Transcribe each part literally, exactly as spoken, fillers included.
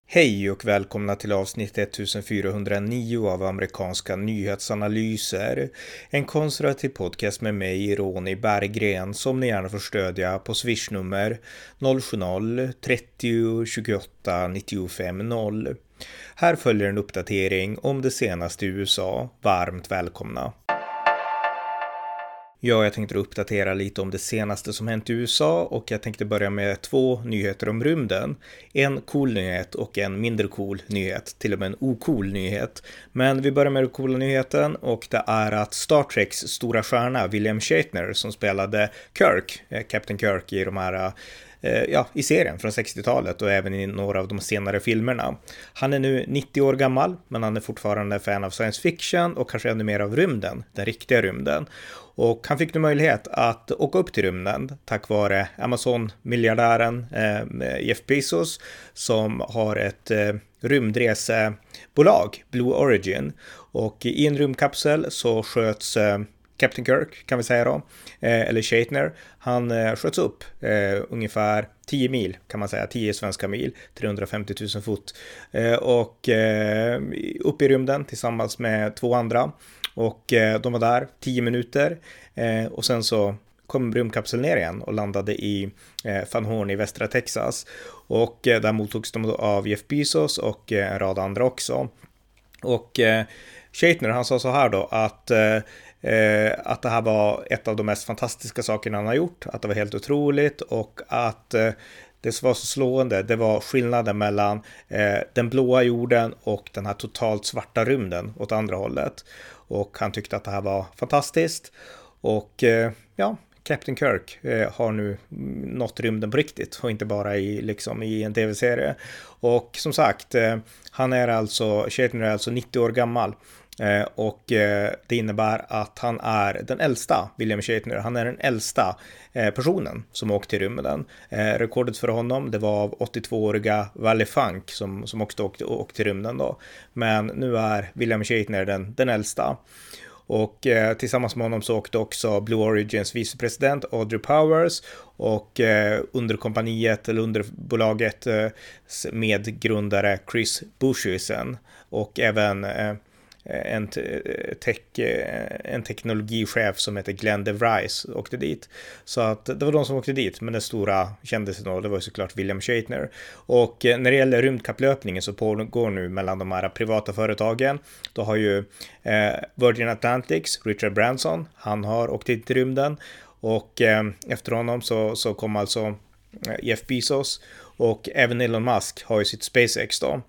Hej och välkomna till avsnitt fjortonhundranio av amerikanska nyhetsanalyser. En konservativ podcast med mig, Ronny Berggren, som ni gärna får stödja på swishnummer noll sju noll, trettio, tjugoåtta, nittiofem noll. Här följer en uppdatering om det senaste i U S A. Varmt välkomna! Ja, jag tänkte uppdatera lite om det senaste som hänt i U S A och jag tänkte börja med två nyheter om rymden. En cool nyhet och en mindre cool nyhet, till och med en ocool nyhet. Men vi börjar med den coola nyheten och det är att Star Treks stora stjärna William Shatner som spelade Kirk, Captain Kirk i de här ja, i serien från sextiotalet och även i några av de senare filmerna. Han är nu nittio år gammal, men han är fortfarande fan av science fiction och kanske ännu mer av rymden, den riktiga rymden. Och han fick nu möjlighet att åka upp till rymden tack vare Amazon-miljardären eh, Jeff Bezos som har ett eh, rymdresebolag, Blue Origin. Och i en rymdkapsel så sköts eh, Captain Kirk, kan vi säga då, eh, eller Shatner, han eh, sköts upp eh, ungefär tio mil, kan man säga, tio svenska mil, trehundrafemtio tusen fot, eh, och eh, upp i rymden tillsammans med två andra. Och eh, de var där tio minuter eh, och sen så kom rymdkapseln ner igen och landade i eh, Van Horn i västra Texas. Och eh, där mottogs de av Jeff Bezos och eh, en rad andra också. Och eh, Shatner, han sa så här då att eh, Eh, att det här var ett av de mest fantastiska sakerna han har gjort, att det var helt otroligt och att eh, det som var så slående, det var skillnaden mellan eh, den blåa jorden och den här totalt svarta rymden åt andra hållet. Och han tyckte att det här var fantastiskt och eh, ja, Captain Kirk eh, har nu nått rymden på riktigt och inte bara i, liksom, i en tv-serie. Och som sagt, eh, han är alltså, Shatner är alltså nittio år gammal. Eh, och eh, det innebär att han är den äldsta, William Shatner, han är den äldsta eh, personen som åkte till rymden. Eh, rekordet för honom, det var av åttiotvååriga Valley Funk som, som också åkte, åkte till rymden då. Men nu är William Shatner den, den äldsta. Och eh, tillsammans med honom så åkte också Blue Origins vicepresident Audrey Powers och eh, underkompaniet eller underbolaget eh, medgrundare Chris Bushisen och även eh, En, tech, en teknologichef som heter Glenn DeVries åkte dit. Så att det var de som åkte dit, men den stora kändisen då, det var såklart William Shatner. Och när det gäller rymdkapplöpningen så pågår nu mellan de här privata företagen. Då har ju eh, Virgin Atlantics, Richard Branson, han har åkt dit till rymden. Och eh, efter honom så, så kom alltså Jeff Bezos och även Elon Musk har ju sitt SpaceX då.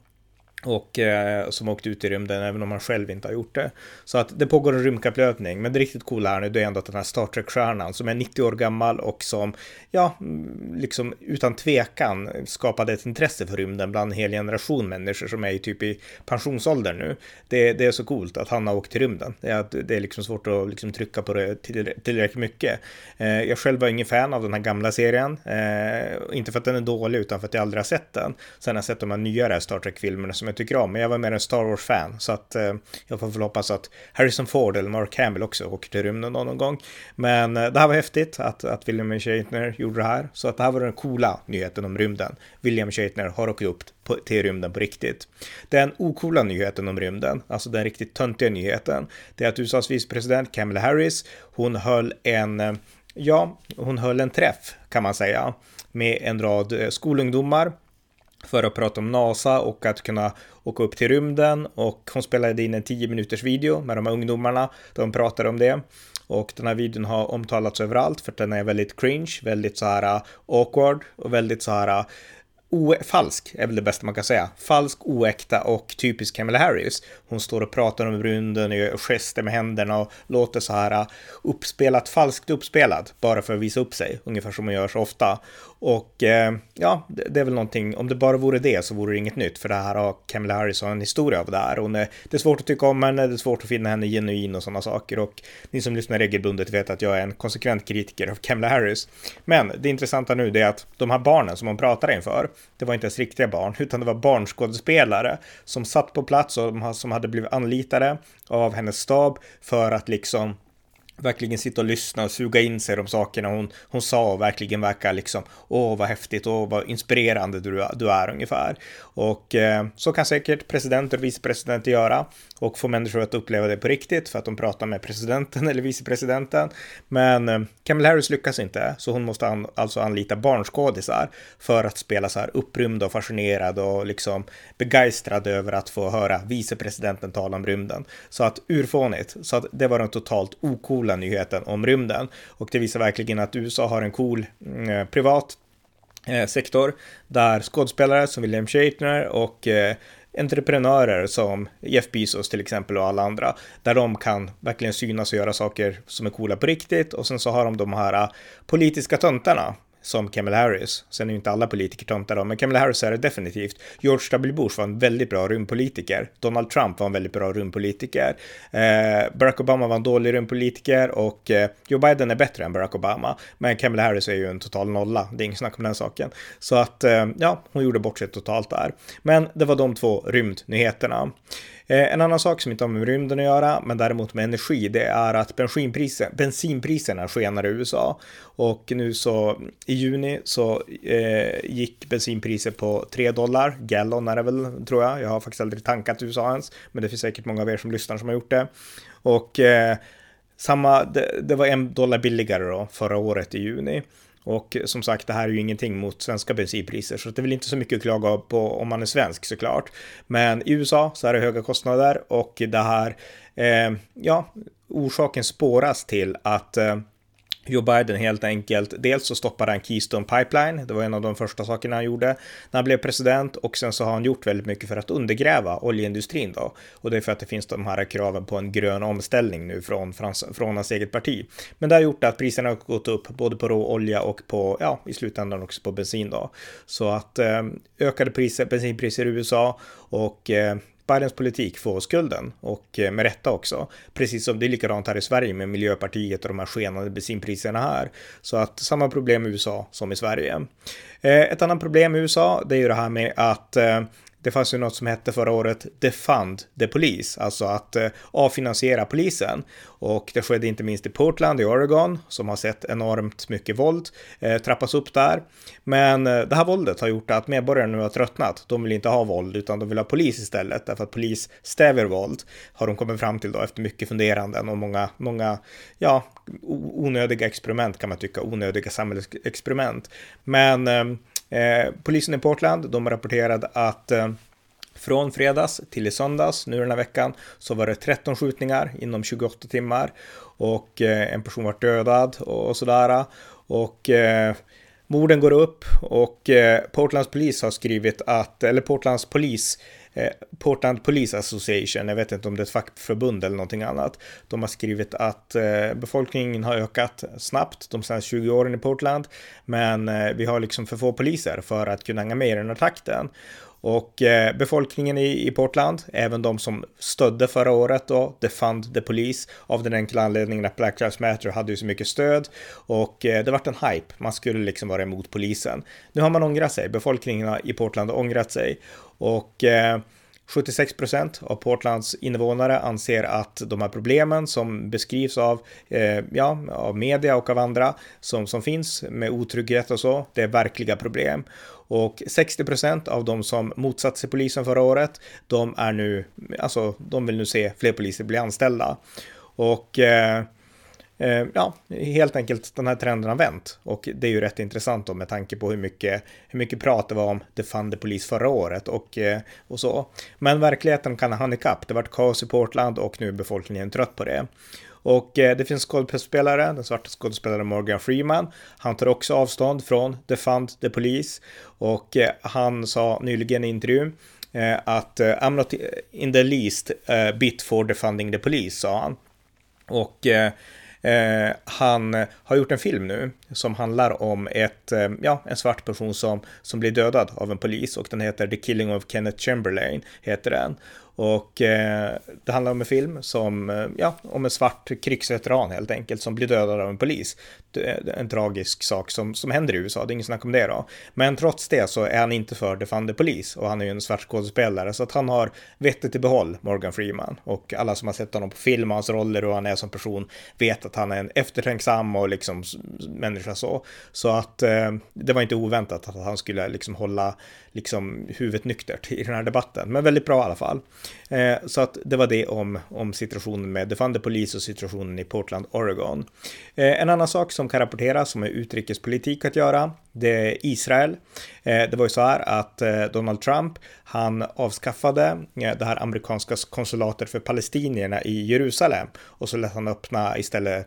Och eh, som åkte ut i rymden även om han själv inte har gjort det. Så att det pågår en rymdkapplöpning. Men det riktigt coola här nu, det är ändå att den här Star Trek-stjärnan som är nittio år gammal och som, ja, liksom utan tvekan skapade ett intresse för rymden bland en hel generation människor som är typ i pensionsåldern nu. Det, det är så coolt att han har åkt till rymden. Det är, att det är liksom svårt att liksom trycka på det tillräckligt mycket. Eh, jag själv var ingen fan av den här gamla serien. Eh, inte för att den är dålig utan för att jag aldrig har sett den. Sen har jag sett de här nyare Star Trek-filmerna som jag tycker om, men jag var mer en Star Wars-fan så att eh, jag får väl hoppas att Harrison Ford eller Mark Hamill också åker till rymden någon gång. Men eh, det här var häftigt att, att William Shatner gjorde det här, så att det här var den coola nyheten om rymden. William Shatner har åkt upp på, till rymden på riktigt. Den ocoola nyheten om rymden, alltså den riktigt töntiga nyheten, det är att U S A:s vicepresident Kamala Harris, hon höll en eh, ja, hon höll en träff kan man säga med en rad eh, skolungdomar för att prata om NASA och att kunna åka upp till rymden, och hon spelade in en tio minuters video med de här ungdomarna, de pratade om det, och den här videon har omtalats överallt för att den är väldigt cringe, väldigt så här awkward och väldigt så här O- falsk är väl det bästa man kan säga. Falsk, oäkta och typisk Kamala Harris. Hon står och pratar om rymden och gör gester med händerna och låter så här uppspelat, falskt uppspelat bara för att visa upp sig, ungefär som hon gör så ofta. Och eh, ja, det, det är väl någonting, om det bara vore det så vore det inget nytt, för det här har Kamala Harris har en historia av det här. Hon är, det är svårt att tycka om henne, det är svårt att finna henne genuin och sådana saker, och ni som lyssnar regelbundet vet att jag är en konsekvent kritiker av Kamala Harris. Men det intressanta nu är att de här barnen som hon pratar inför, det var inte ens riktiga barn, utan det var barnskådespelare som satt på plats och som hade blivit anlitade av hennes stab för att liksom verkligen sitta och lyssna och suga in sig de sakerna hon, hon sa och verkligen verka liksom, åh vad häftigt, åh vad inspirerande du, du är ungefär. Och eh, så kan säkert presidenter och vicepresidenter göra och få människor att uppleva det på riktigt för att de pratar med presidenten eller vicepresidenten. Men eh, Kamala Harris lyckas inte, så hon måste an, alltså anlita barnskådisar för att spela så här upprymd och fascinerad och liksom begeistrad över att få höra vicepresidenten tala om rymden. Så att urfånigt, så att det var en totalt ocool nyheten om rymden, och det visar verkligen att U S A har en cool eh, privat eh, sektor där skådespelare som William Shatner och eh, entreprenörer som Jeff Bezos till exempel och alla andra, där de kan verkligen synas och göra saker som är coola på riktigt, och sen så har de de här uh, politiska töntarna som Kamala Harris. Sen är ju inte alla politiker töntar då, men Kamala Harris är det definitivt. George W. Bush var en väldigt bra rymdpolitiker. Donald Trump var en väldigt bra rymdpolitiker. Eh, Barack Obama var en dålig rymdpolitiker, och eh, Joe Biden är bättre än Barack Obama. Men Kamala Harris är ju en total nolla. Det är ingen snack om den saken. Så att, eh, ja, hon gjorde bort sig totalt där. Men det var de två rymdnyheterna. En annan sak som inte har med rymden att göra, men däremot med energi, det är att bensinpriser, bensinpriserna skenar i U S A. Och nu så i juni så eh, gick bensinpriser på tre dollar. Gallon är det väl, tror jag. Jag har faktiskt aldrig tankat U S A ens, men det finns säkert många av er som lyssnar som har gjort det. Och eh, samma, det, det var en dollar billigare då förra året i juni. Och som sagt, det här är ju ingenting mot svenska bensinpriser, så det är väl inte så mycket att klaga på om man är svensk såklart. Men i U S A så är det höga kostnader, och det här, eh, ja, orsaken spåras till att eh, Joe Biden helt enkelt, dels så stoppade han Keystone Pipeline, det var en av de första sakerna han gjorde när han blev president, och sen så har han gjort väldigt mycket för att undergräva oljeindustrin då, och det är för att det finns de här kraven på en grön omställning nu från, från hans eget parti. Men det har gjort att priserna har gått upp både på råolja och på, ja, i slutändan också på bensin då. Så att eh, ökade priser, bensinpriser i U S A, och eh, Bidens politik får skulden, och med rätta också. Precis som det är likadant här i Sverige med Miljöpartiet och de här skenande bensinpriserna här. Så att samma problem i U S A som i Sverige. Ett annat problem i U S A, det är ju det här med att det fanns ju något som hette förra året defund the police, alltså att eh, avfinansiera polisen, och det skedde inte minst i Portland i Oregon, som har sett enormt mycket våld eh, trappas upp där. Men eh, det här våldet har gjort att medborgarna nu har tröttnat. De vill inte ha våld, utan de vill ha polis istället, därför att polis stäver våld, har de kommit fram till då efter mycket funderanden och många, många ja, onödiga experiment kan man tycka, onödiga samhällsexperiment. Men eh, Eh, polisen i Portland, de rapporterade att eh, från fredags till i söndags nu den här veckan så var det tretton skjutningar inom tjugoåtta timmar, och eh, en person var dödad och, och sådär, och eh, morden går upp, och eh, Portlands polis har skrivit att, eller Portlands polis Eh, Portland Police Association, jag vet inte om det är ett fackförbund eller någonting annat, de har skrivit att eh, befolkningen har ökat snabbt de senaste tjugo åren i Portland, men eh, vi har liksom för få poliser för att kunna hänga med i den här takten. Och eh, befolkningen i, i Portland, även de som stödde förra året då, defund the police, av den enkla anledningen att Black Lives Matter hade ju så mycket stöd, och eh, det var en hype, man skulle liksom vara emot polisen. Nu har man ångrat sig, befolkningen i Portland har ångrat sig, och eh, sjuttiosex procent av Portlands invånare anser att de här problemen som beskrivs av, eh, ja, av media och av andra som, som finns med otrygghet och så, det är verkliga problem. Och sextio procent av de som motsatt sig polisen förra året, de är nu, alltså de vill nu se fler poliser bli anställda. Och eh, eh, ja, helt enkelt den här trenden har vänt, och det är ju rätt intressant då, med tanke på hur mycket, hur mycket prat det var om defund the police förra året och, eh, och så. Men verkligheten kan ha ikapp, det har varit kaos i Portland och nu är befolkningen trött på det. Och eh, det finns skådespelare, den svarta skådespelaren Morgan Freeman, han tar också avstånd från defund the police, och eh, han sa nyligen i intervju eh, att eh, I'm not in the least uh, bit for defunding the police, sa han. Och eh, Eh, han har gjort en film nu som handlar om ett, eh, ja, en svart person som, som blir dödad av en polis, och den heter The Killing of Kenneth Chamberlain heter den. Och eh, det handlar om en film som, eh, ja, om en svart krigsveteran helt enkelt som blir dödad av en polis. Det är en tragisk sak som, som händer i U S A, det är ingen snack om det då. Men trots det så är han inte för Defund the Police och han är ju en svart skådespelare, så att han har vettet i behåll, Morgan Freeman. Och alla som har sett honom på film och hans roller och han är som person vet att han är en eftertänksam och liksom människa så. Så att eh, det var inte oväntat att han skulle liksom hålla liksom huvudet nyktert i den här debatten. Men väldigt bra i alla fall. Eh, så att det var det om, om situationen med Defund the Police och situationen i Portland, Oregon. Eh, en annan sak som kan rapporteras som är utrikespolitik att göra, det är Israel. Eh, det var ju så här att eh, Donald Trump, han avskaffade eh, det här amerikanska konsulatet för palestinierna i Jerusalem och så lät han öppna istället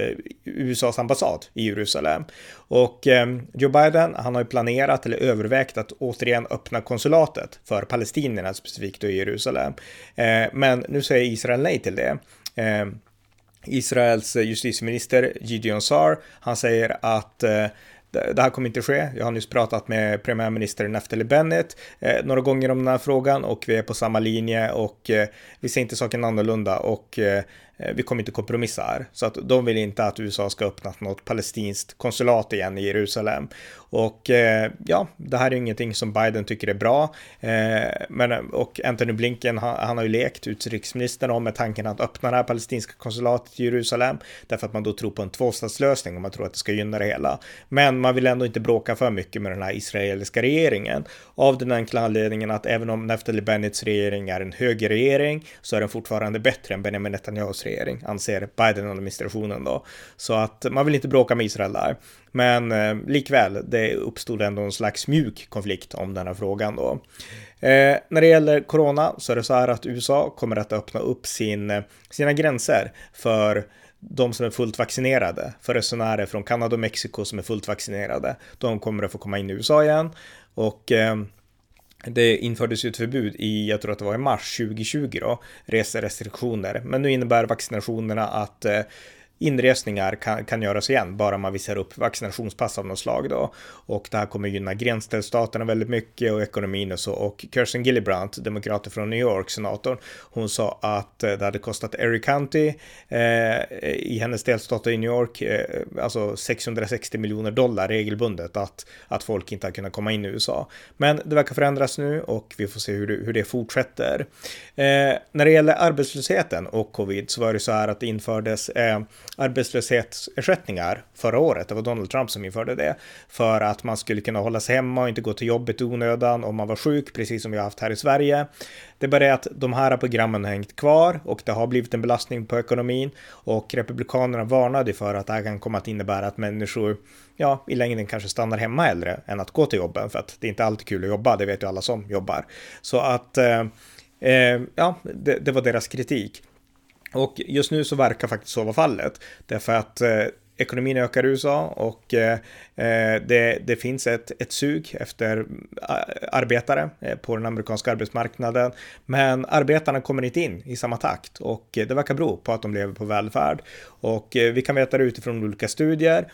U S A:s ambassad i Jerusalem. Och eh, Joe Biden, han har ju planerat eller övervägt att återigen öppna konsulatet för palestinierna specifikt i Jerusalem. Eh, men nu säger Israel nej till det. Eh, Israels justitieminister Gideon Sar, han säger att eh, det här kommer inte ske. Jag har nyss pratat med premiärminister Naftali Bennett eh, några gånger om den här frågan och vi är på samma linje och eh, vi ser inte saken annorlunda och eh, vi kommer inte kompromissa här. Så att de vill inte att U S A ska öppna något palestinskt konsulat igen i Jerusalem. Och eh, ja, det här är ingenting som Biden tycker är bra. Eh, men, och Antony Blinken, han, han har ju lekt utrikesministern om med tanken att öppna det här palestinska konsulatet i Jerusalem. Därför att man då tror på en tvåstatslösning och man tror att det ska gynna det hela. Men man vill ändå inte bråka för mycket med den här israeliska regeringen. Av den enkla anledningen att även om Naftali Bennetts regering är en högerregering så är den fortfarande bättre än Benjamin Netanyahus regering, anser Biden-administrationen då. Så att man vill inte bråka med Israel där. Men eh, likväl, det uppstod ändå en slags mjuk konflikt om den här frågan då. Eh, när det gäller corona så är det så här att U S A kommer att öppna upp sin, sina gränser för de som är fullt vaccinerade. För resenärer från Kanada och Mexiko som är fullt vaccinerade. De kommer att få komma in i U S A igen. Och eh, det infördes ju ett förbud i, jag tror att det var i mars tjugo tjugo då, reserestriktioner. Men nu innebär vaccinationerna att eh, inresningar kan, kan göras igen, bara man visar upp vaccinationspass av något slag då. Och det här kommer gynna gränsdelstaterna väldigt mycket och ekonomin och så. Och Kirsten Gillibrand, demokrater från New York, senatorn, hon sa att det hade kostat Erie County eh, i hennes delstat i New York eh, alltså sexhundrasextio miljoner dollar regelbundet att, att folk inte har kunnat komma in i U S A. Men det verkar förändras nu och vi får se hur det, hur det fortsätter. Eh, när det gäller arbetslösheten och covid så var det så här att det infördes eh, arbetslöshetsersättningar förra året. Det var Donald Trump som införde det för att man skulle kunna hålla sig hemma och inte gå till jobbet i onödan om man var sjuk, precis som vi har haft här i Sverige. Det är bara det att de här programmen har hängt kvar och det har blivit en belastning på ekonomin och republikanerna varnade för att det här kan komma att innebära att människor ja, i längden kanske stannar hemma hellre än att gå till jobben för att det är inte alltid kul att jobba, det vet ju alla som jobbar. Så att eh, eh, ja, det, det var deras kritik. Och just nu så verkar faktiskt så vara fallet. Därför att eh, ekonomin ökar i U S A och eh, det, det finns ett, ett sug efter arbetare eh, på den amerikanska arbetsmarknaden. Men arbetarna kommer inte in i samma takt och det verkar bero på att de lever på välfärd. Och eh, vi kan veta det utifrån olika studier.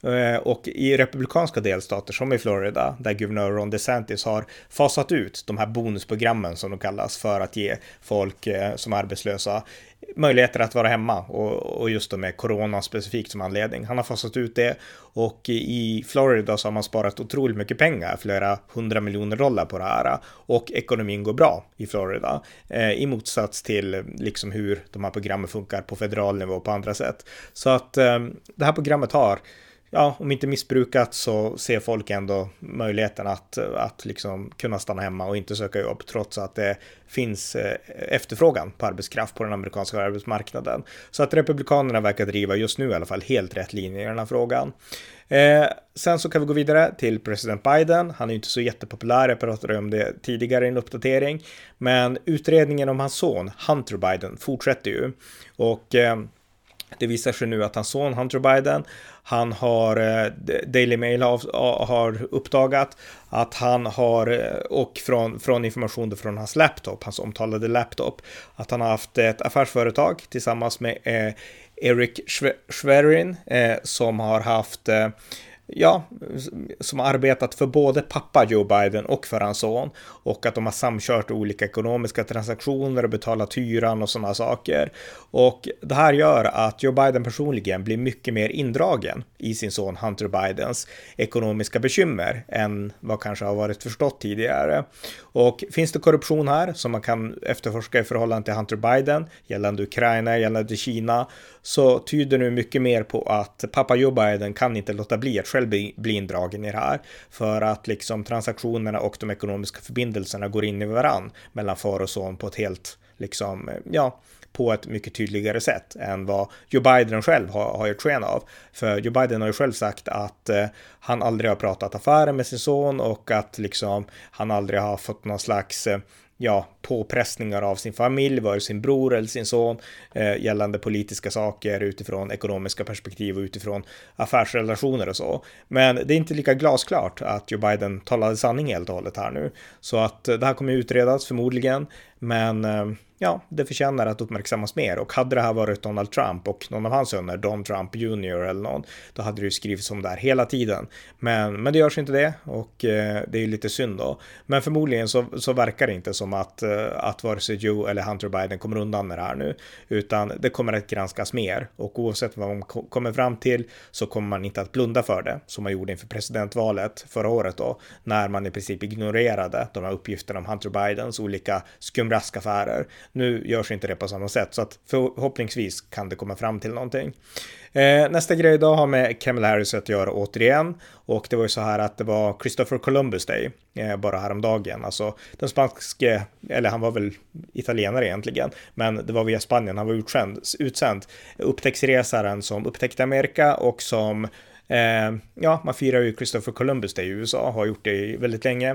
Och i republikanska delstater som i Florida där guvernör Ron DeSantis har fasat ut de här bonusprogrammen som de kallas för att ge folk som är arbetslösa möjligheter att vara hemma och, och just då med corona specifikt som anledning. Han har fasat ut det och i Florida så har man sparat otroligt mycket pengar, flera hundra miljoner dollar på det här och ekonomin går bra i Florida eh, i motsats till liksom hur de här programmen funkar på federal nivå och på andra sätt. Så att eh, det här programmet har ja, om inte missbrukat så ser folk ändå möjligheten att, att liksom kunna stanna hemma och inte söka jobb trots att det finns efterfrågan på arbetskraft på den amerikanska arbetsmarknaden. Så att republikanerna verkar driva just nu i alla fall helt rätt linje i den här frågan. Eh, sen så kan vi gå vidare till president Biden. Han är ju inte så jättepopulär, jag pratade om det tidigare i en uppdatering. Men utredningen om hans son Hunter Biden fortsätter ju och eh, det visar sig nu att hans son Hunter Biden, han har, Daily Mail har, har uppdagat att han har, och från, från information från hans laptop, hans omtalade laptop, att han har haft ett affärsföretag tillsammans med eh, Eric Schwerin eh, som har haft eh, ja, som har arbetat för både pappa Joe Biden och för hans son, och att de har samkört olika ekonomiska transaktioner och betalat hyran och sådana saker. Och det här gör att Joe Biden personligen blir mycket mer indragen i sin son Hunter Bidens ekonomiska bekymmer än vad kanske har varit förstått tidigare. Och finns det korruption här som man kan efterforska i förhållande till Hunter Biden gällande Ukraina, gällande Kina, så tyder nu mycket mer på att pappa Joe Biden kan inte låta bli att själv bli, bli indragen i det här, för att liksom transaktionerna och de ekonomiska förbindelserna går in i varann mellan far och son på ett helt liksom, ja, på ett mycket tydligare sätt än vad Joe Biden själv har, har gjort sken av. För Joe Biden har ju själv sagt att eh, han aldrig har pratat affärer med sin son, och att liksom han aldrig har fått någon slags eh, ja, påpressningar av sin familj, var sin bror eller sin son, eh, gällande politiska saker utifrån ekonomiska perspektiv och utifrån affärsrelationer och så. Men det är inte lika glasklart att Joe Biden talade sanning helt och hållet här nu. Så att eh, det här kommer utredas förmodligen, men eh, ja, det förtjänar att uppmärksammas mer. Och hade det här varit Donald Trump och någon av hans söner, Don Trump junior eller någon, då hade det ju skrivits om det här hela tiden. Men, men det görs inte det, och eh, det är lite synd då. Men förmodligen så, så verkar det inte som att, eh, att vare sig Joe eller Hunter Biden kommer undan med det här nu, utan det kommer att granskas mer. Och oavsett vad man ko- kommer fram till så kommer man inte att blunda för det, som man gjorde inför presidentvalet förra året då, när man i princip ignorerade de här uppgifterna om Hunter Bidens olika skumraskaffärer. Nu görs inte det på samma sätt, så att förhoppningsvis kan det komma fram till någonting. Eh, nästa grej idag har med Kamala Harris att göra återigen, och det var ju så här att det var Christopher Columbus Day eh, bara häromdagen. Alltså den spanske, eller han var väl italienare egentligen, men det var via Spanien han var utsänd, utsänd upptäcktsresaren som upptäckte Amerika, och som eh, ja, man firar ju Christopher Columbus Day i U S A, har gjort det väldigt länge.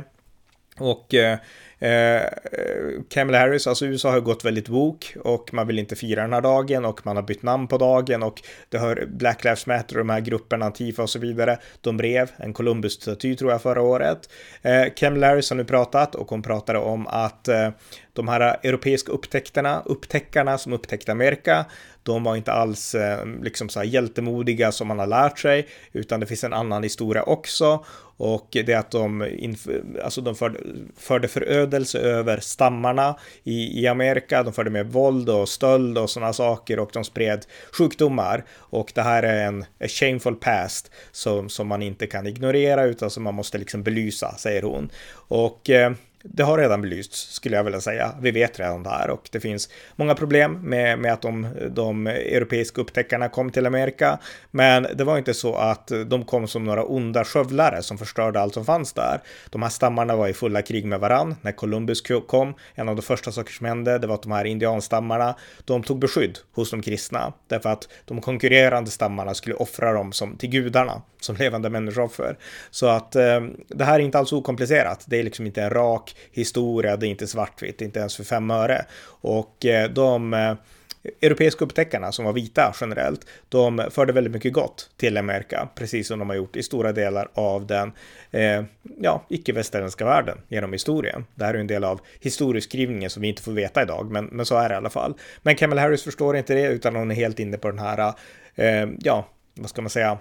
Och eh, eh, Kamala Harris, alltså U S A har gått väldigt woke, och man vill inte fira den här dagen, och man har bytt namn på dagen, och det hör Black Lives Matter, de här grupperna, Antifa och så vidare, de brev en Columbus-staty tror jag förra året. eh, Kamala Harris har nu pratat, och hon pratade om att eh, de här europeiska upptäckterna, upptäckarna som upptäckte Amerika, de var inte alls eh, liksom så här hjältemodiga som man har lärt sig, utan det finns en annan historia också. Och det är att de, inf- alltså de förde, förde förödelse över stammarna i, i Amerika. De förde med våld och stöld och sådana saker, och de spred sjukdomar. Och det här är en a shameful past som, som man inte kan ignorera, utan som man måste liksom belysa, säger hon. Och eh, det har redan belysts, skulle jag vilja säga. Vi vet redan det här, och det finns många problem med, med att de, de europeiska upptäckarna kom till Amerika. Men det var inte så att de kom som några onda skövlare som förstörde allt som fanns där. De här stammarna var i fulla krig med varann. När Columbus kom, en av de första saker som hände, det var att de här indianstammarna, de tog beskydd hos de kristna. Därför att de konkurrerande stammarna skulle offra dem som, till gudarna, som levande människoffer. Så att eh, det här är inte alls okomplicerat. Det är liksom inte en rak historia, det är inte svartvitt, inte ens för fem öre. Och eh, de eh, europeiska upptäckarna som var vita generellt, de förde väldigt mycket gott till Amerika, precis som de har gjort i stora delar av den eh, ja, icke-västerländska världen genom historien. Det här är en del av historieskrivningen som vi inte får veta idag, men, men så är det i alla fall. Men Kamala Harris förstår inte det, utan hon är helt inne på den här eh, ja, vad ska man säga,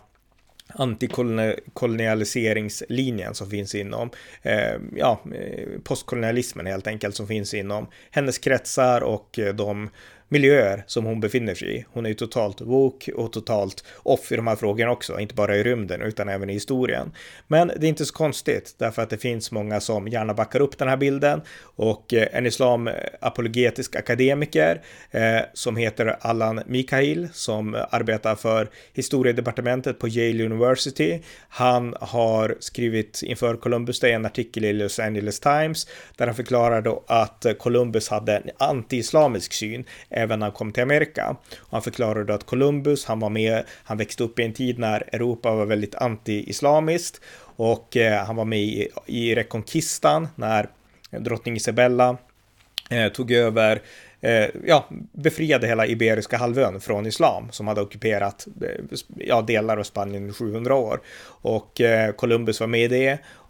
antikolonialiseringslinjen som finns inom eh, ja, postkolonialismen helt enkelt, som finns inom hennes kretsar och de miljöer som hon befinner sig i. Hon är ju totalt woke och totalt off i de här frågorna också, inte bara i rymden utan även i historien. Men det är inte så konstigt, därför att det finns många som gärna backar upp den här bilden, och en islamapologetisk akademiker eh, som heter Allan Mikhail, som arbetar för historiedepartementet på Yale University. Han har skrivit inför Columbus Day en artikel i Los Angeles Times där han förklarar då att Columbus hade en anti-islamisk syn även när han kom till Amerika. Och han förklarade att Columbus, han var med, han växte upp i en tid när Europa var väldigt anti-islamiskt, och eh, han var med i, i Reconquistan när drottning Isabella eh, tog över, eh, ja, befriade hela Iberiska halvön från islam som hade ockuperat eh, ja, delar av Spanien i sjuhundra år. Och eh, Columbus var med i det.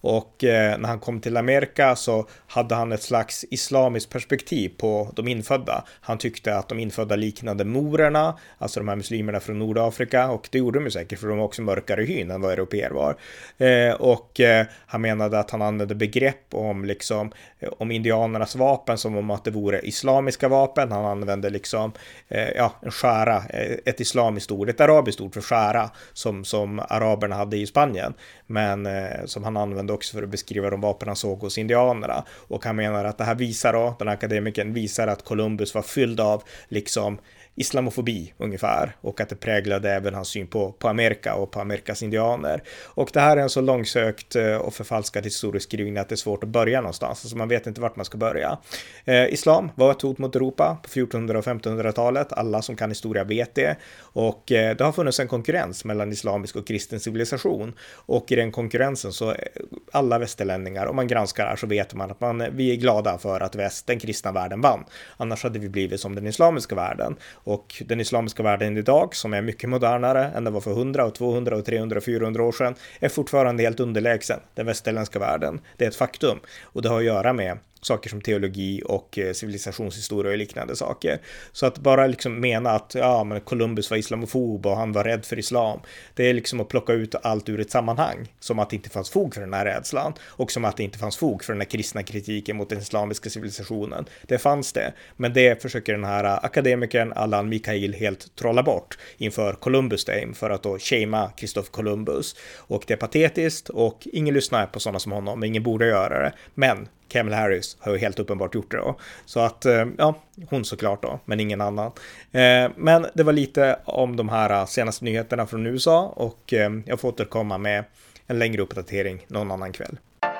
Och eh, när han kom till Amerika så hade han ett slags islamiskt perspektiv på de infödda. Han tyckte att de infödda liknade morerna, alltså de här muslimerna från Nordafrika, och det gjorde de ju säkert för de var också mörkare i hyn än vad europeer var. Eh, och eh, han menade att han använde begrepp om liksom om indianernas vapen som om att det vore islamiska vapen. Han använde liksom eh, ja, en skära, ett islamiskt ord, ett arabiskt ord för skära som, som araberna hade i Spanien, men eh, som han använde också för att beskriva de vapen han såg hos indianerna. Och han menar att det här visar då, den akademikern visar att Columbus var fylld av liksom islamofobi ungefär, och att det präglade även hans syn på, på Amerika och på Amerikas indianer. Och det här är en så långsökt och förfalskad historieskrivning att det är svårt att börja någonstans, alltså man vet inte vart man ska börja. Eh, islam var ett hot mot Europa på fjortonhundra- och femtonhundratalet, alla som kan historia vet det, och eh, det har funnits en konkurrens mellan islamisk och kristen civilisation, och i den konkurrensen så alla västerlänningar, om man granskar här så vet man att man, vi är glada för att väst, den kristna världen vann, annars hade vi blivit som den islamiska världen. Och den islamiska världen idag, som är mycket modernare än det var för hundra, tvåhundra, trehundra, fyrahundra år sedan, är fortfarande helt underlägsen den västerländska världen. Det är ett faktum, och det har att göra med saker som teologi och eh, civilisationshistoria och liknande saker. Så att bara liksom mena att ja, men Columbus var islamofob och han var rädd för islam, det är liksom att plocka ut allt ur ett sammanhang, som att det inte fanns fog för den här rädslan, och som att det inte fanns fog för den här kristna kritiken mot den islamiska civilisationen. Det fanns det, men det försöker den här akademikern Allan Mikhail helt trolla bort inför Columbus Day, för att då shama Christopher Columbus. Och det är patetiskt, och ingen lyssnar på sådana som honom, ingen borde göra det, men Kamala Harris har ju helt uppenbart gjort det då. Så att, ja, hon såklart då, men ingen annan. Men det var lite om de här senaste nyheterna från U S A, och jag får återkomma med en längre uppdatering någon annan kväll.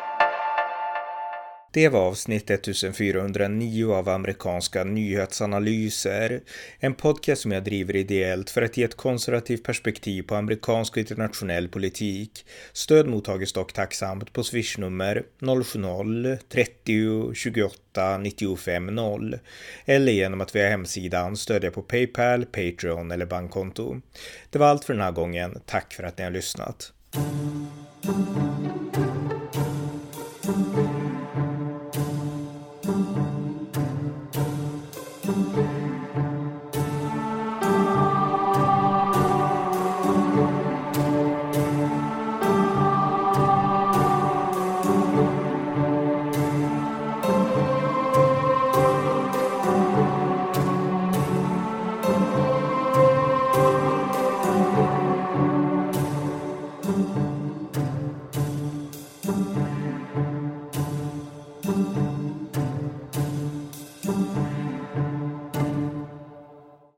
Det var avsnitt fjortonhundranio av amerikanska nyhetsanalyser, en podcast som jag driver ideellt för att ge ett konservativt perspektiv på amerikansk och internationell politik. Stöd mottages dock tacksamt på swishnummer noll sju noll, trettio, tjugoåtta, nittiofem noll eller genom att via hemsidan stödja på PayPal, Patreon eller bankkonto. Det var allt för den här gången. Tack för att ni har lyssnat. Thank you.